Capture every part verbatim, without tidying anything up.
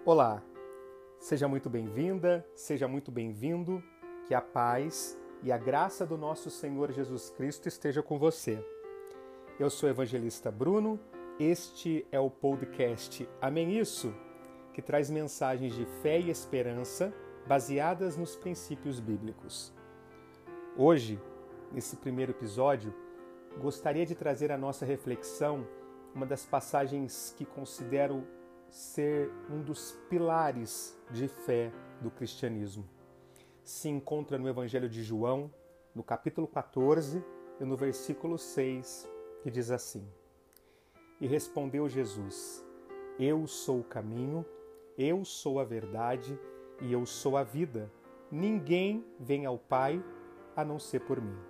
Olá, seja muito bem-vinda, seja muito bem-vindo, que a paz e a graça do nosso Senhor Jesus Cristo esteja com você. Eu sou o evangelista Bruno, este é o podcast Amém Isso, que traz mensagens de fé e esperança baseadas nos princípios bíblicos. Hoje, nesse primeiro episódio, gostaria de trazer à nossa reflexão uma das passagens que considero ser um dos pilares de fé do cristianismo. Se encontra no Evangelho de João, no capítulo quatorze e no versículo seis, que diz assim: E respondeu Jesus: Eu sou o caminho, eu sou a verdade e eu sou a vida. Ninguém vem ao Pai a não ser por mim.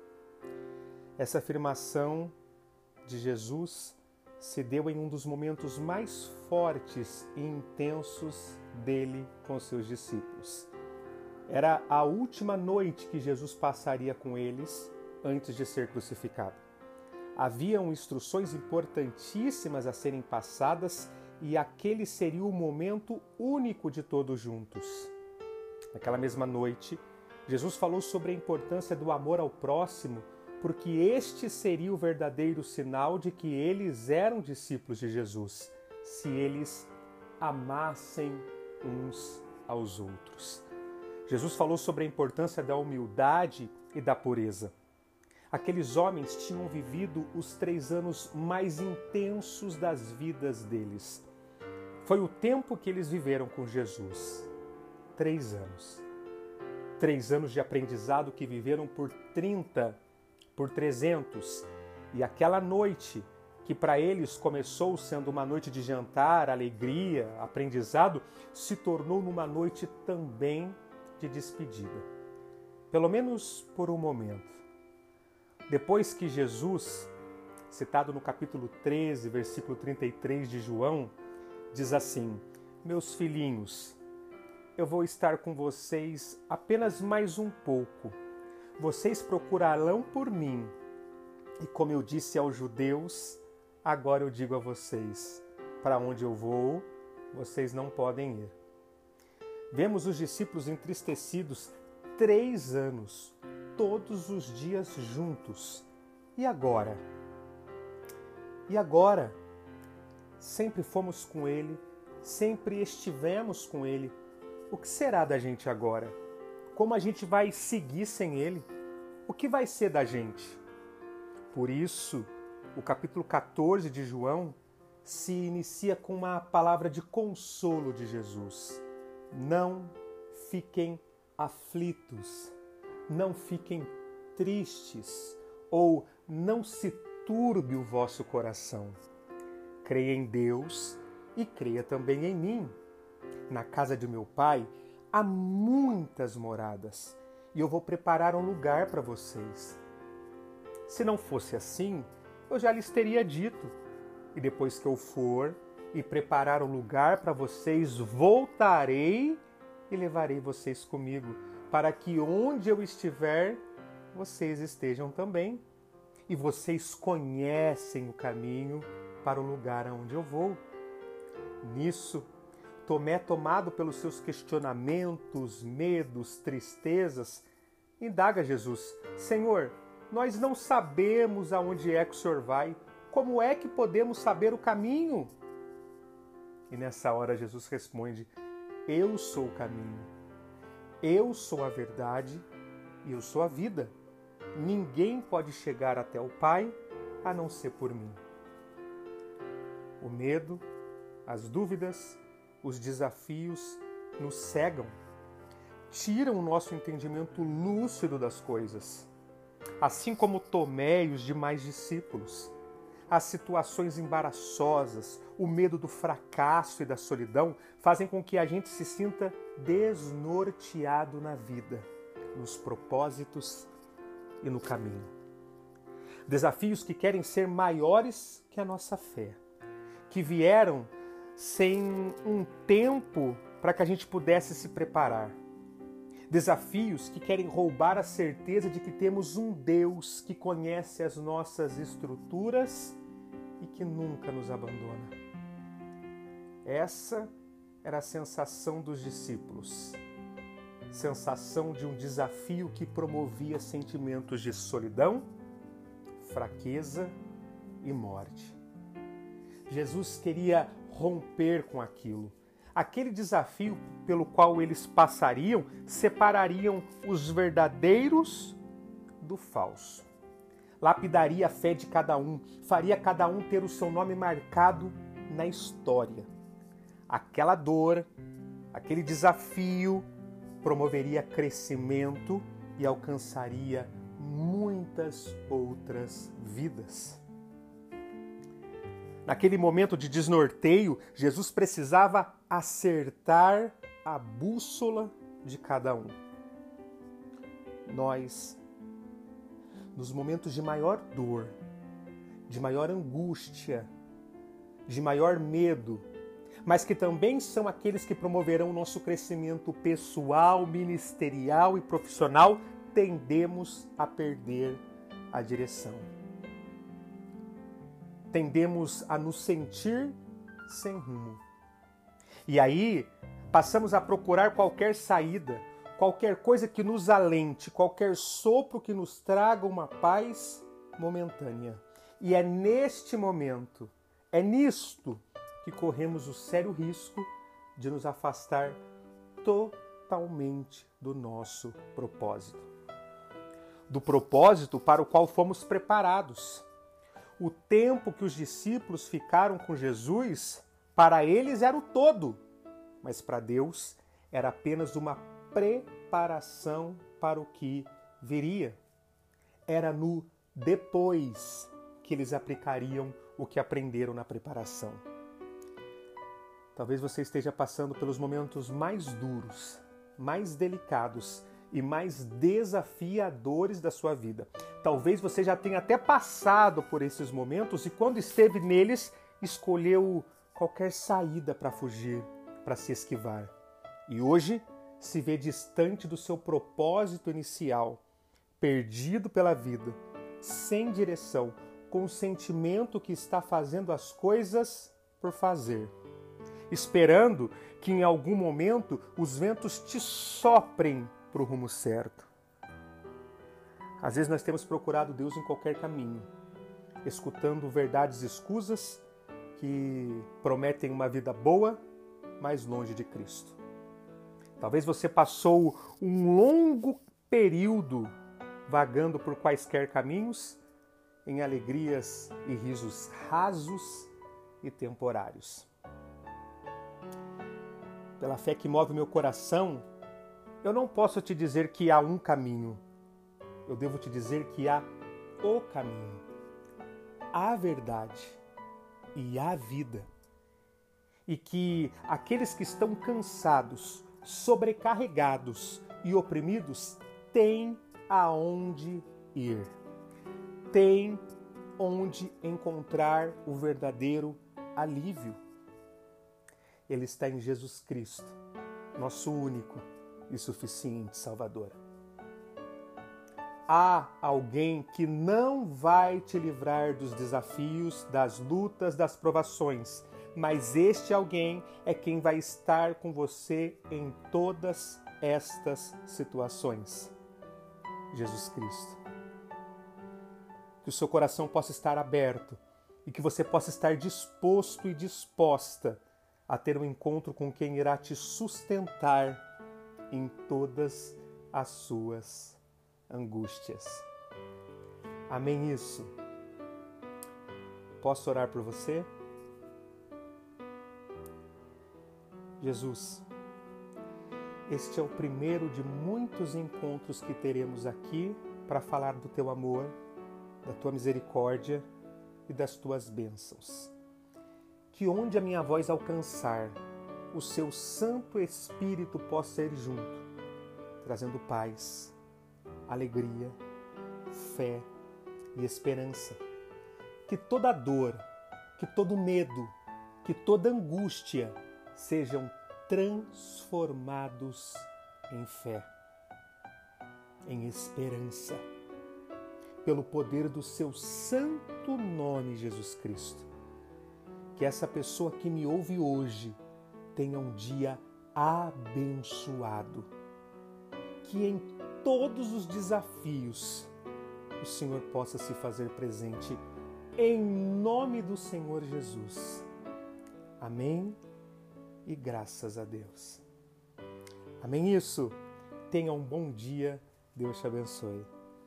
Essa afirmação de Jesus se deu em um dos momentos mais fortes e intensos dele com seus discípulos. Era a última noite que Jesus passaria com eles antes de ser crucificado. Haviam instruções importantíssimas a serem passadas e aquele seria o momento único de todos juntos. Naquela mesma noite, Jesus falou sobre a importância do amor ao próximo, porque este seria o verdadeiro sinal de que eles eram discípulos de Jesus, se eles amassem uns aos outros. Jesus falou sobre a importância da humildade e da pureza. Aqueles homens tinham vivido os três anos mais intensos das vidas deles. Foi o tempo que eles viveram com Jesus. Três anos. Três anos de aprendizado que viveram por trinta por trezentos, e aquela noite, que para eles começou sendo uma noite de jantar, alegria, aprendizado, se tornou numa noite também de despedida. Pelo menos por um momento. Depois que Jesus, citado no capítulo treze, versículo trinta e três de João, diz assim: Meus filhinhos, eu vou estar com vocês apenas mais um pouco. Vocês procurarão por mim. E como eu disse aos judeus, agora eu digo a vocês, para onde eu vou, vocês não podem ir. Vemos os discípulos entristecidos três anos, todos os dias juntos. E agora? E agora? Sempre fomos com ele, sempre estivemos com ele. O que será da gente agora? Como a gente vai seguir sem ele? O que vai ser da gente? Por isso, o capítulo quatorze de João se inicia com uma palavra de consolo de Jesus. Não fiquem aflitos, não fiquem tristes, ou não se turbe o vosso coração. Creia em Deus e creia também em mim. Na casa de meu Pai há muitas moradas e eu vou preparar um lugar para vocês. Se não fosse assim, eu já lhes teria dito. E depois que eu for e preparar um lugar para vocês, voltarei e levarei vocês comigo, para que onde eu estiver, vocês estejam também. E vocês conhecem o caminho para o lugar aonde eu vou. Nisso, Tomé, tomado pelos seus questionamentos, medos, tristezas, indaga Jesus: Senhor, nós não sabemos aonde é que o Senhor vai. Como é que podemos saber o caminho? E nessa hora Jesus responde: Eu sou o caminho, eu sou a verdade e eu sou a vida. Ninguém pode chegar até o Pai a não ser por mim. O medo, as dúvidas, os desafios nos cegam, tiram o nosso entendimento lúcido das coisas. Assim como Tomé e os demais discípulos, as situações embaraçosas, o medo do fracasso e da solidão fazem com que a gente se sinta desnorteado na vida, nos propósitos e no caminho. Desafios que querem ser maiores que a nossa fé, que vieram sem um tempo para que a gente pudesse se preparar. Desafios que querem roubar a certeza de que temos um Deus que conhece as nossas estruturas e que nunca nos abandona. Essa era a sensação dos discípulos. Sensação de um desafio que promovia sentimentos de solidão, fraqueza e morte. Jesus queria romper com aquilo. Aquele desafio pelo qual eles passariam separariam os verdadeiros do falso. Lapidaria a fé de cada um, faria cada um ter o seu nome marcado na história. Aquela dor, aquele desafio promoveria crescimento e alcançaria muitas outras vidas. Naquele momento de desnorteio, Jesus precisava acertar a bússola de cada um. Nós, nos momentos de maior dor, de maior angústia, de maior medo, mas que também são aqueles que promoverão o nosso crescimento pessoal, ministerial e profissional, tendemos a perder a direção. Tendemos a nos sentir sem rumo. E aí, passamos a procurar qualquer saída, qualquer coisa que nos alente, qualquer sopro que nos traga uma paz momentânea. E é neste momento, é nisto que corremos o sério risco de nos afastar totalmente do nosso propósito. Do propósito para o qual fomos preparados. O tempo que os discípulos ficaram com Jesus, para eles era o todo, mas para Deus era apenas uma preparação para o que viria. Era no depois que eles aplicariam o que aprenderam na preparação. Talvez você esteja passando pelos momentos mais duros, mais delicados e mais desafiadores da sua vida. Talvez você já tenha até passado por esses momentos e quando esteve neles, escolheu qualquer saída para fugir, para se esquivar. E hoje se vê distante do seu propósito inicial, perdido pela vida, sem direção, com o sentimento que está fazendo as coisas por fazer, esperando que em algum momento os ventos te soprem para o rumo certo. Às vezes nós temos procurado Deus em qualquer caminho, escutando verdades escusas que prometem uma vida boa, mas longe de Cristo. Talvez você passou um longo período vagando por quaisquer caminhos, em alegrias e risos rasos e temporários. Pela fé que move meu coração, eu não posso te dizer que há um caminho. Eu devo te dizer que há o caminho, a verdade e a vida. E que aqueles que estão cansados, sobrecarregados e oprimidos têm aonde ir. Têm onde encontrar o verdadeiro alívio. Ele está em Jesus Cristo, nosso único e suficiente Salvador. Há alguém que não vai te livrar dos desafios, das lutas, das provações, mas este alguém é quem vai estar com você em todas estas situações. Jesus Cristo. Que o seu coração possa estar aberto e que você possa estar disposto e disposta a ter um encontro com quem irá te sustentar em todas as suas angústias. Amém isso? Posso orar por você? Jesus, este é o primeiro de muitos encontros que teremos aqui para falar do teu amor, da tua misericórdia e das tuas bênçãos. Que onde a minha voz alcançar, o seu Santo Espírito possa ir junto, trazendo paz, alegria, fé e esperança. Que toda dor, que todo medo, que toda angústia sejam transformados em fé, em esperança, pelo poder do seu santo nome, Jesus Cristo. Que essa pessoa que me ouve hoje tenha um dia abençoado. Que em todos os desafios o Senhor possa se fazer presente em nome do Senhor Jesus. Amém e graças a Deus. Amém isso. Tenha um bom dia. Deus te abençoe.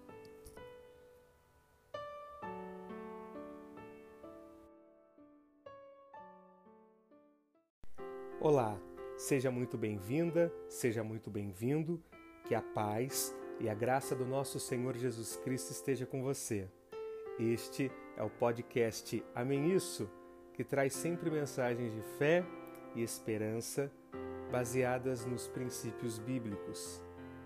Olá, seja muito bem-vinda, seja muito bem-vindo. Que a paz e a graça do nosso Senhor Jesus Cristo esteja com você. Este é o podcast Amém Isso, que traz sempre mensagens de fé e esperança baseadas nos princípios bíblicos.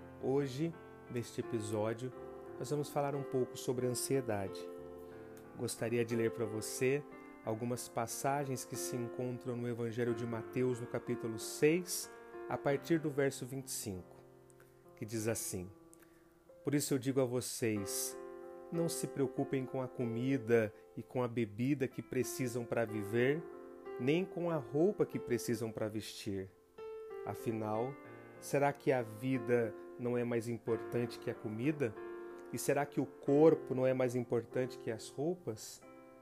Hoje, neste episódio, nós vamos falar um pouco sobre ansiedade. Gostaria de ler para você algumas passagens que se encontram no Evangelho de Mateus, no capítulo seis, a partir do verso vinte e cinco. Que diz assim: Por isso eu digo a vocês, não se preocupem com a comida e com a bebida que precisam para viver, nem com a roupa que precisam para vestir. Afinal, será que a vida não é mais importante que a comida? E será que o corpo não é mais importante que as roupas?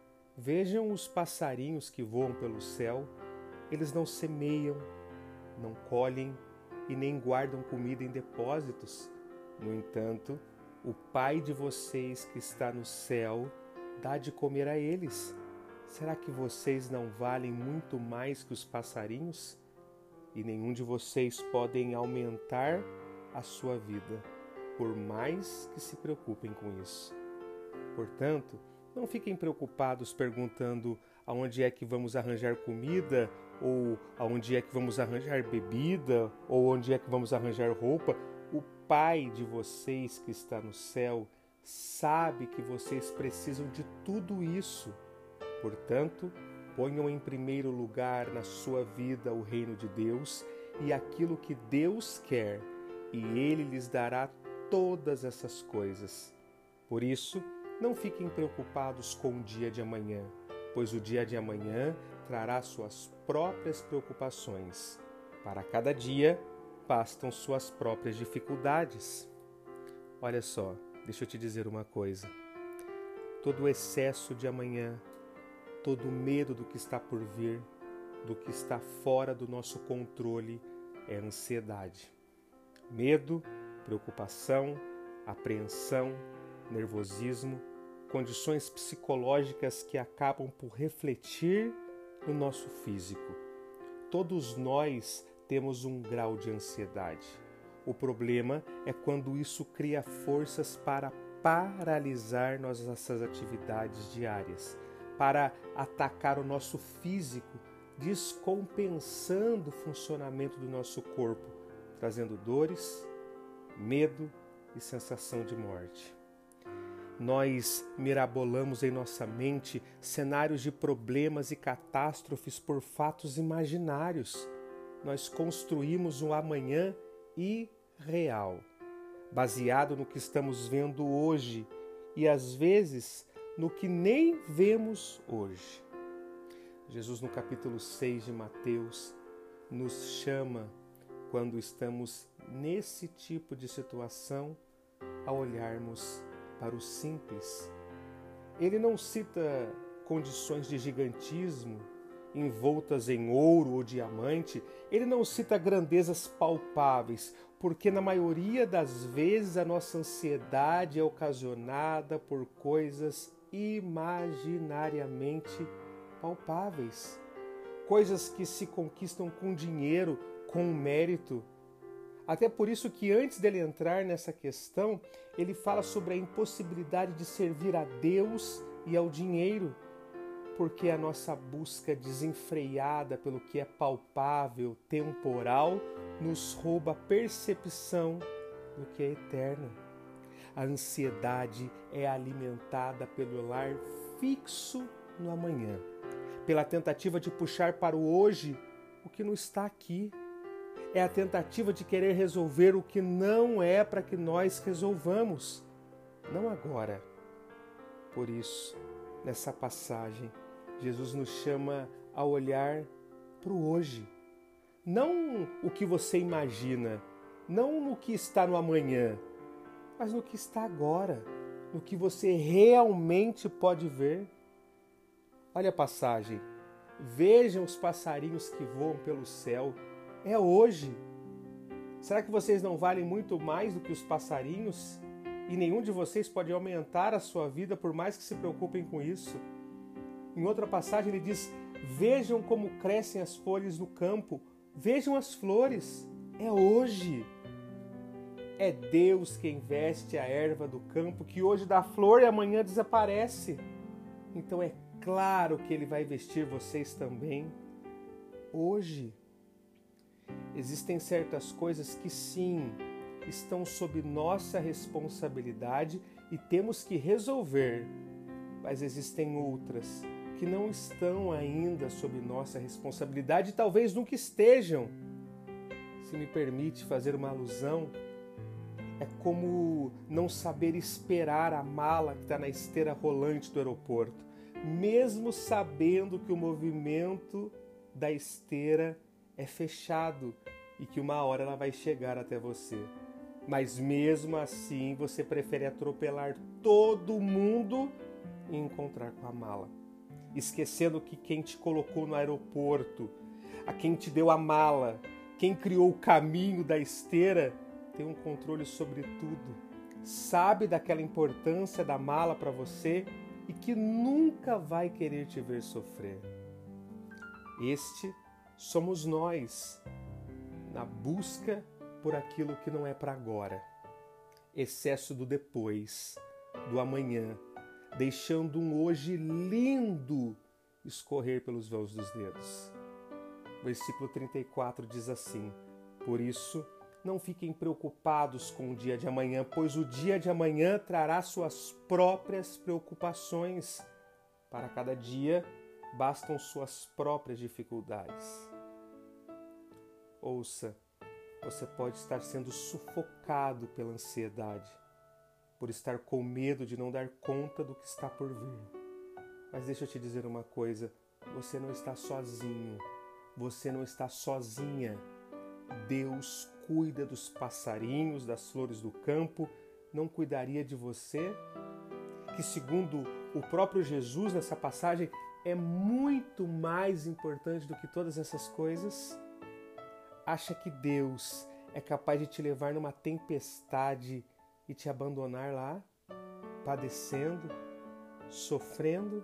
Vejam os passarinhos que voam pelo céu, eles não semeiam, não colhem, e nem guardam comida em depósitos. No entanto, o Pai de vocês que está no céu dá de comer a eles. Será que vocês não valem muito mais que os passarinhos? E nenhum de vocês podem aumentar a sua vida, por mais que se preocupem com isso. Portanto, não fiquem preocupados perguntando aonde é que vamos arranjar comida, ou aonde é que vamos arranjar bebida, ou onde é que vamos arranjar roupa. O Pai de vocês que está no céu sabe que vocês precisam de tudo isso. Portanto, ponham em primeiro lugar na sua vida o reino de Deus e aquilo que Deus quer, e Ele lhes dará todas essas coisas. Por isso, não fiquem preocupados com o dia de amanhã, pois o dia de amanhã trará suas próprias preocupações. Para cada dia, bastam suas próprias dificuldades. Olha só, deixa eu te dizer uma coisa. Todo o excesso de amanhã, todo o medo do que está por vir, do que está fora do nosso controle, é ansiedade. Medo, preocupação, apreensão, nervosismo, condições psicológicas que acabam por refletir no nosso físico. Todos nós temos um grau de ansiedade. O problema é quando isso cria forças para paralisar nossas atividades diárias, para atacar o nosso físico, descompensando o funcionamento do nosso corpo, trazendo dores, medo e sensação de morte. Nós mirabolamos em nossa mente cenários de problemas e catástrofes por fatos imaginários. Nós construímos um amanhã irreal, baseado no que estamos vendo hoje e às vezes no que nem vemos hoje. Jesus, no capítulo seis de Mateus, nos chama, quando estamos nesse tipo de situação, a olharmos para o simples. Ele não cita condições de gigantismo envoltas em ouro ou diamante. Ele não cita grandezas palpáveis, porque na maioria das vezes a nossa ansiedade é ocasionada por coisas imaginariamente palpáveis, coisas que se conquistam com dinheiro, com mérito. Até por isso que antes dele entrar nessa questão, ele fala sobre a impossibilidade de servir a Deus e ao dinheiro, porque a nossa busca desenfreada pelo que é palpável, temporal, nos rouba a percepção do que é eterno. A ansiedade é alimentada pelo olhar fixo no amanhã, pela tentativa de puxar para o hoje o que não está aqui. É a tentativa de querer resolver o que não é para que nós resolvamos, não agora. Por isso, nessa passagem, Jesus nos chama a olhar para o hoje, Não o que você imagina, não no que está no amanhã, mas no que está agora, no que você realmente pode ver. Olha a passagem. Vejam os passarinhos que voam pelo céu. É hoje. Será que vocês não valem muito mais do que os passarinhos? E nenhum de vocês pode aumentar a sua vida por mais que se preocupem com isso. Em outra passagem ele diz: vejam como crescem as folhas no campo. Vejam as flores. É hoje. É Deus quem veste a erva do campo, que hoje dá flor e amanhã desaparece. Então é claro que Ele vai vestir vocês também hoje. Existem certas coisas que sim, estão sob nossa responsabilidade e temos que resolver, mas existem outras que não estão ainda sob nossa responsabilidade e talvez nunca estejam. Se me permite fazer uma alusão, é como não saber esperar a mala que está na esteira rolante do aeroporto, mesmo sabendo que o movimento da esteira é fechado e que uma hora ela vai chegar até você. Mas mesmo assim você prefere atropelar todo mundo e encontrar com a mala, esquecendo que quem te colocou no aeroporto, a quem te deu a mala, quem criou o caminho da esteira, tem um controle sobre tudo, sabe daquela importância da mala para você e que nunca vai querer te ver sofrer. Este somos nós, na busca por aquilo que não é para agora, excesso do depois, do amanhã, deixando um hoje lindo escorrer pelos véus dos dedos. Versículo trinta e quatro diz assim: por isso, não fiquem preocupados com o dia de amanhã, pois o dia de amanhã trará suas próprias preocupações. Para cada dia, bastam suas próprias dificuldades. Ouça, você pode estar sendo sufocado pela ansiedade, por estar com medo de não dar conta do que está por vir. Mas deixa eu te dizer uma coisa, você não está sozinho, você não está sozinha. Deus cuida dos passarinhos, das flores do campo, não cuidaria de você? Que segundo o próprio Jesus nessa passagem é muito mais importante do que todas essas coisas? Acha que Deus é capaz de te levar numa tempestade e te abandonar lá, padecendo, sofrendo?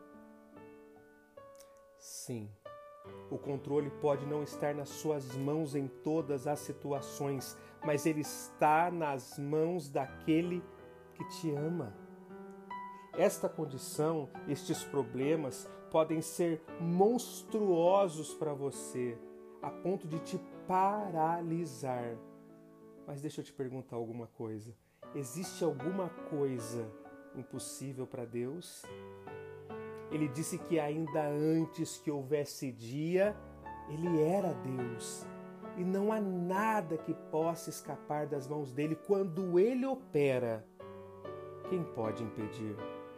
Sim. O controle pode não estar nas suas mãos em todas as situações, mas ele está nas mãos daquele que te ama. Esta condição, estes problemas podem ser monstruosos para você, a ponto de te paralisar. Mas deixa eu te perguntar alguma coisa. Existe alguma coisa impossível para Deus? Ele disse que ainda antes que houvesse dia, Ele era Deus. E não há nada que possa escapar das mãos dele. Quando Ele opera, quem pode impedir?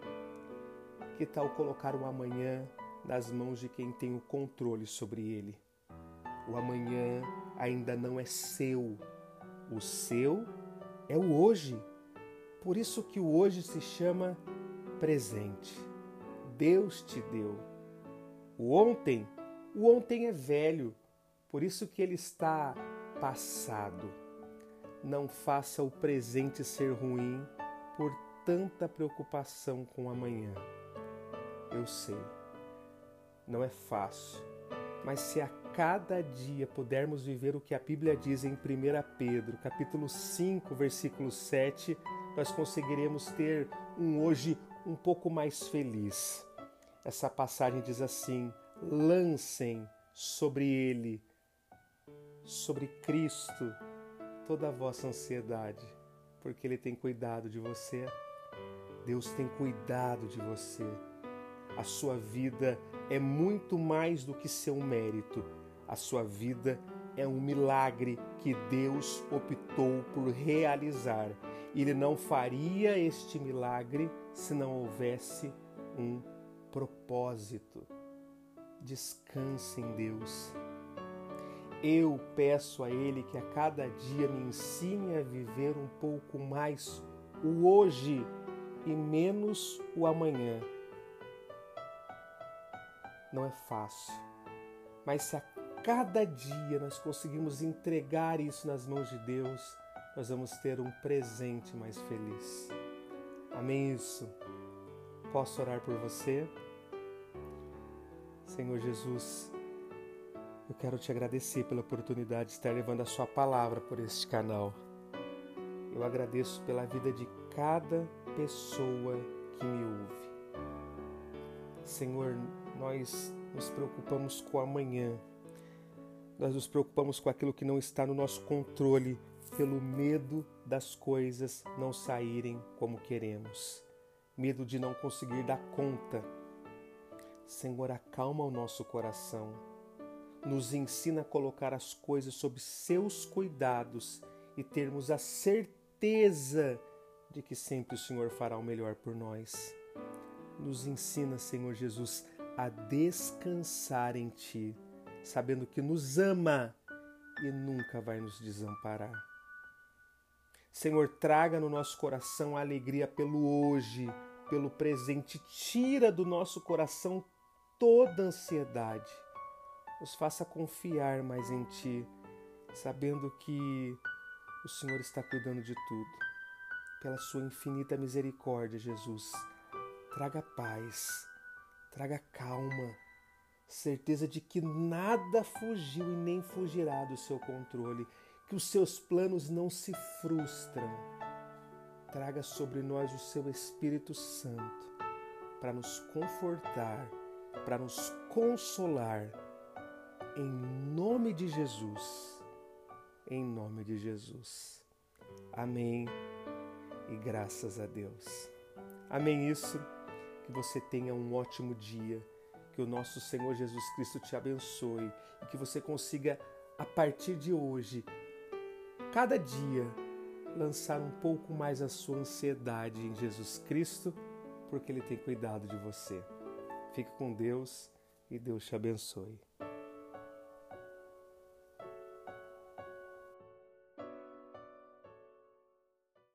Que tal colocar o amanhã nas mãos de quem tem o controle sobre ele? O amanhã ainda não é seu. O seu é o hoje. Por isso que o hoje se chama presente. Deus te deu. O ontem, o ontem é velho, por isso que ele está passado. Não faça o presente ser ruim por tanta preocupação com o amanhã. Eu sei, não é fácil, mas se a cada dia pudermos viver o que a Bíblia diz em primeira Pedro, capítulo cinco, versículo sete, nós conseguiremos ter um hoje um pouco mais feliz. Essa passagem diz assim: lancem sobre Ele, sobre Cristo, toda a vossa ansiedade, porque Ele tem cuidado de você. Deus tem cuidado de você. A sua vida é muito mais do que seu mérito. A sua vida é um milagre que Deus optou por realizar. Ele não faria este milagre se não houvesse um propósito. Descanse em Deus. Eu peço a Ele que a cada dia me ensine a viver um pouco mais o hoje e menos o amanhã. Não é fácil, mas se a cada dia nós conseguimos entregar isso nas mãos de Deus, nós vamos ter um presente mais feliz. Amém isso? Posso orar por você? Senhor Jesus, eu quero te agradecer pela oportunidade de estar levando a sua palavra por este canal. Eu agradeço pela vida de cada pessoa que me ouve. Senhor, nós nos preocupamos com o amanhã. Nós nos preocupamos com aquilo que não está no nosso controle, pelo medo das coisas não saírem como queremos. Medo de não conseguir dar conta. Senhor, acalma o nosso coração. Nos ensina a colocar as coisas sob seus cuidados e termos a certeza de que sempre o Senhor fará o melhor por nós. Nos ensina, Senhor Jesus, a descansar em Ti, sabendo que nos ama e nunca vai nos desamparar. Senhor, traga no nosso coração a alegria pelo hoje, pelo presente. Tira do nosso coração toda ansiedade. Nos faça confiar mais em Ti, sabendo que o Senhor está cuidando de tudo. Pela Sua infinita misericórdia, Jesus, traga paz, traga calma, certeza de que nada fugiu e nem fugirá do Seu controle, que os Seus planos não se frustram. Traga sobre nós o Seu Espírito Santo para nos confortar, para nos consolar, em nome de Jesus, em nome de Jesus. Amém e graças a Deus. Amém isso, que você tenha um ótimo dia, que o nosso Senhor Jesus Cristo te abençoe e que você consiga, a partir de hoje, cada dia, lançar um pouco mais a sua ansiedade em Jesus Cristo, porque Ele tem cuidado de você. Fique com Deus e Deus te abençoe.